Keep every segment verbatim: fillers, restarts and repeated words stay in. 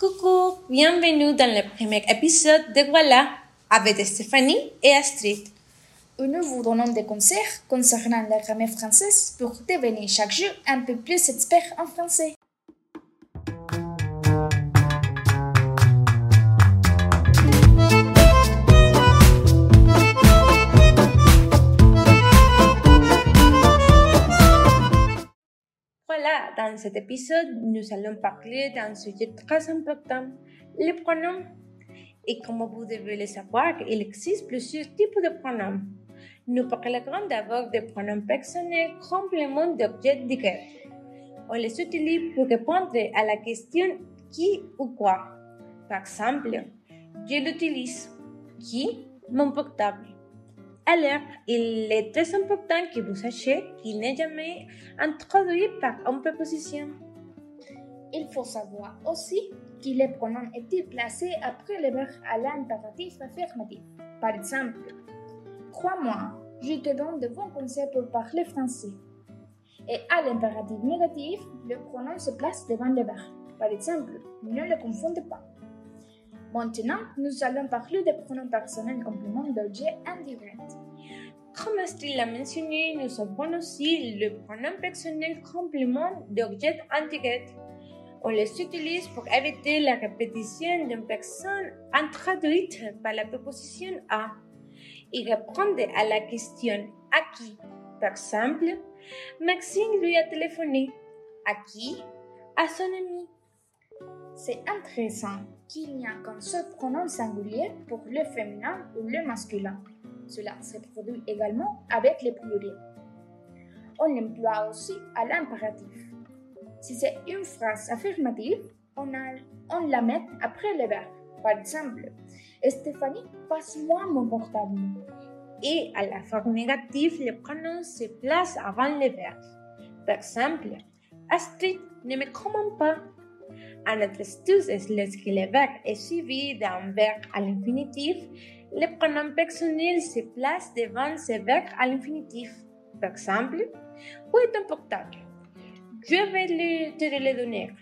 Coucou, bienvenue dans le premier épisode de Voilà avec Stéphanie et Astrid. Où nous vous donnons des conseils concernant la grammaire française pour devenir chaque jour un peu plus expert en français. Voilà, dans cet épisode, nous allons parler d'un sujet très important, les pronoms. Et comme vous devez le savoir, il existe plusieurs types de pronoms. Nous parlerons d'abord des pronoms personnels compléments d'objets directs. On les utilise pour répondre à la question qui ou quoi. Par exemple, je l'utilise. Qui? Mon portable. Alors, il est très important que vous sachiez qu'il n'est jamais introduit par une préposition. Il faut savoir aussi que les pronoms étaient placés après le verbe à l'impératif affirmatif. Par exemple, crois-moi, je te donne de bons conseils pour parler français. Et à l'impératif négatif, le pronom se place devant le verbe. Par exemple, ne le confondez pas. Maintenant, nous allons parler des pronoms personnels compléments d'objets indirects. Comme Astrid l'a mentionné, nous avons aussi le pronom personnel complément d'objets indirects. On les utilise pour éviter la répétition d'une personne introduite par la préposition à et répondre à la question à qui. Par exemple, Maxime lui a téléphoné. À qui? À son ami. C'est intéressant qu'il n'y a qu'un seul pronom singulier pour le féminin ou le masculin. Cela se produit également avec les pluriels. On l'emploie aussi à l'impératif. Si c'est une phrase affirmative, on, a, on la met après le verbe. Par exemple, Stéphanie, passe-moi mon portable. Et à la forme négative, le pronom se place avant le verbe. Par exemple, Astrid ne me commande pas. En notre astuce, lorsque le verbe est suivi d'un verbe à l'infinitif, le pronom personnel se place devant ce verbe à l'infinitif. Par exemple, où est ton portable? Je vais le, te le donner.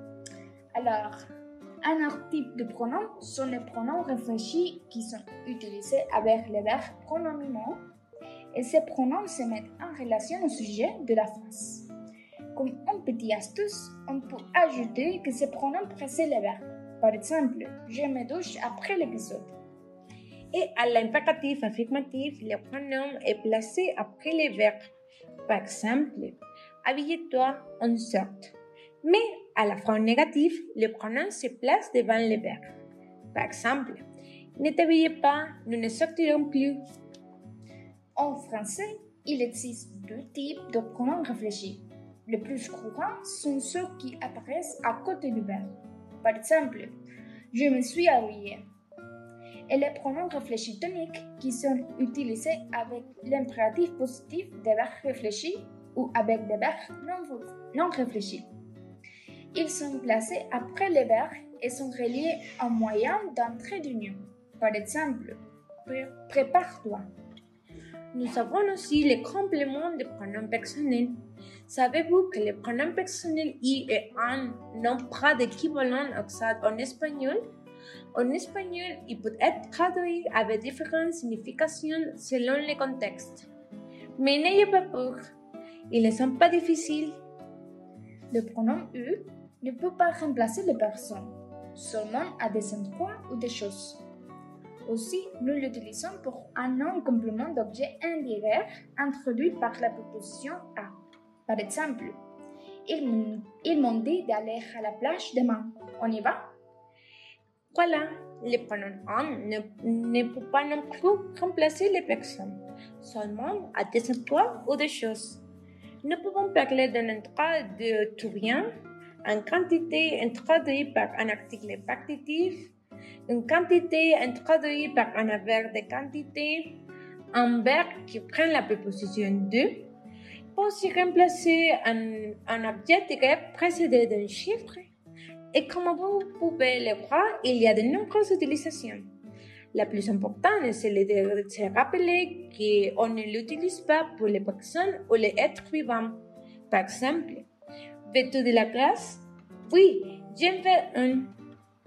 Alors, un autre type de pronoms sont les pronoms réfléchis qui sont utilisés avec le verbe pronominaux et ces pronoms se mettent en relation au sujet de la phrase. Comme une petite astuce, on peut ajouter que ces pronoms précèdent le verbe. Par exemple, je me douche après l'épisode. Et à l'impératif affirmatif, le pronom est placé après le verbe. Par exemple, habille-toi, on sort. Mais à la forme négative, le pronom se place devant le verbe. Par exemple, ne t'habillez pas, nous ne sortirons plus. En français, il existe deux types de pronoms réfléchis. Les plus courants sont ceux qui apparaissent à côté du verbe. Par exemple, je me suis habillée. Et les pronoms réfléchis toniques qui sont utilisés avec l'impératif positif des verbes réfléchis ou avec des verbes non, non réfléchis. Ils sont placés après les verbes et sont reliés en moyen d'un trait d'union. Par exemple, prépare-toi. Nous avons aussi les compléments de pronoms personnels. Savez-vous que le pronom personnel i et un n'ont pas d'équivalent exact en espagnol? En espagnol, il peut être traduit avec différentes significations selon le contexte. Mais n'ayez pas peur, ils ne sont pas difficiles. Le pronom u ne peut pas remplacer les personnes, seulement à des endroits ou des choses. Aussi, nous l'utilisons pour un nom complément d'objet indirect introduit par la préposition à. Par exemple, ils, ils m'ont dit d'aller à la plage demain. On y va? Voilà, le pronom un ne, ne peut pas non plus remplacer les personnes, seulement à des endroits ou des choses. Nous pouvons parler d'un endroit de tout bien, une quantité introduite par un article partitif, une quantité introduite par un verbe de quantité, un verbe qui prend la préposition de, pour s'y remplacer un, un objet direct précédé d'un chiffre. Et comme vous pouvez le voir, il y a de nombreuses utilisations. La plus importante, c'est de se rappeler qu'on ne l'utilise pas pour les personnes ou les êtres vivants. Par exemple, veux-tu de la glace? Oui, j'en veux une.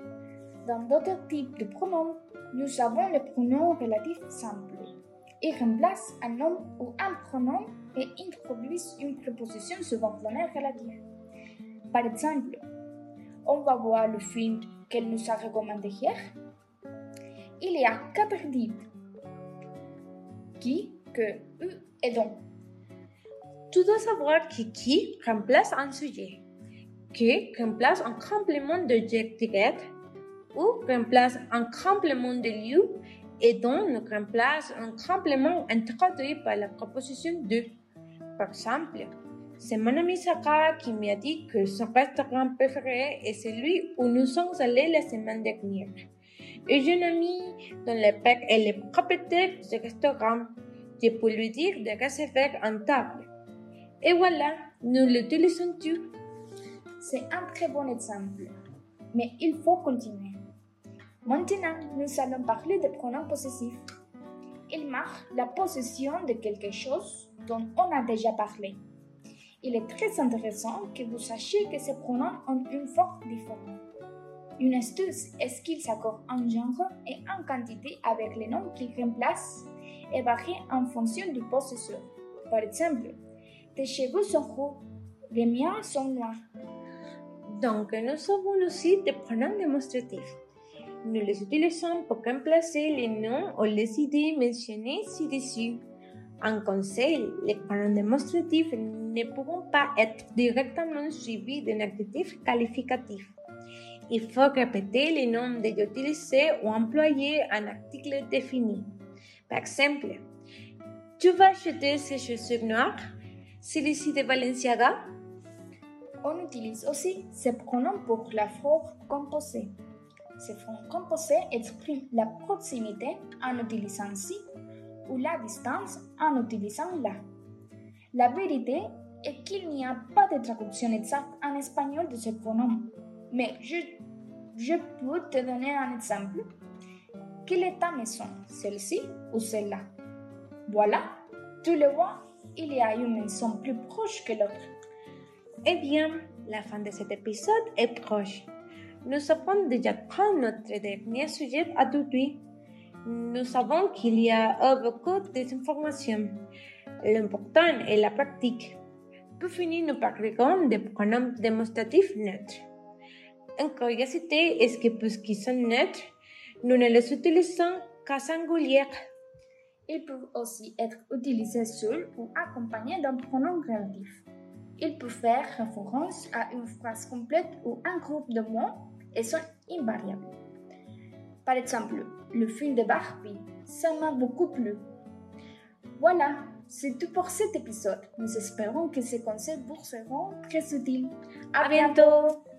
Dans d'autres types de pronoms, nous avons le pronom relatif simple. Ils remplacent un nom ou un pronom et introduisent une préposition subordonnée relative. Par exemple, on va voir le film qu'elle nous a recommandé hier. Il y a quatre types. Qui, que, eux et donc. Tu dois savoir que qui remplace un sujet, que remplace un complément d'objet direct ou remplace un complément de lieu et donc remplace un complément introduit par la proposition de. Par exemple, c'est mon ami Sarah qui m'a dit que son restaurant préféré est celui où nous sommes allés la semaine dernière. Et j'ai une amie dont le père est le propriétaire du restaurant. Je peux lui dire de réserver une table. Et voilà, nous l'utilisons tous. C'est un très bon exemple, mais il faut continuer. Maintenant, nous allons parler des pronoms possessifs. Ils marquent la possession de quelque chose dont on a déjà parlé. Il est très intéressant que vous sachiez que ces pronoms ont une forme différente. Une astuce est qu'ils s'accordent en genre et en quantité avec les noms qu'ils remplacent et varient en fonction du possesseur. Par exemple, tes cheveux sont roux, les miens sont noirs. Donc, nous avons aussi des pronoms démonstratifs. Nous les utilisons pour remplacer les noms ou les idées mentionnées ci-dessus. En conseil, les pronoms démonstratifs ne pourront pas être directement suivis d'un adjectif qualificatif. Il faut répéter les noms des utilisés ou employer un article défini. Par exemple, tu vas acheter ces chaussures noires, celui-ci de Balenciaga. On utilise aussi ces pronoms pour la forme composée. Ces formes composées expriment la proximité en utilisant si ou la distance en utilisant la. La vérité est qu'il n'y a pas de traduction exacte en espagnol de ces pronoms, mais je, je peux te donner un exemple. Quelle est ta maison, celle-ci ou celle-là? Voilà, tu le vois, il y a une maison plus proche que l'autre. Eh bien, la fin de cet épisode est proche. Nous avons déjà pris notre dernier sujet aujourd'hui. Nous savons qu'il y a beaucoup d'informations. L'important est la pratique. Pour finir, nous parlerons des pronoms démonstratifs neutres. Une curiosité est que puisqu'ils sont neutres, nous ne les utilisons qu'à singulier. Ils peuvent aussi être utilisés seuls ou accompagnés d'un pronom relatif. Ils peuvent faire référence à une phrase complète ou un groupe de mots et sont invariables. Par exemple, le film de Barbie, ça m'a beaucoup plu. Voilà, c'est tout pour cet épisode. Nous espérons que ces conseils vous seront très utiles. À bientôt!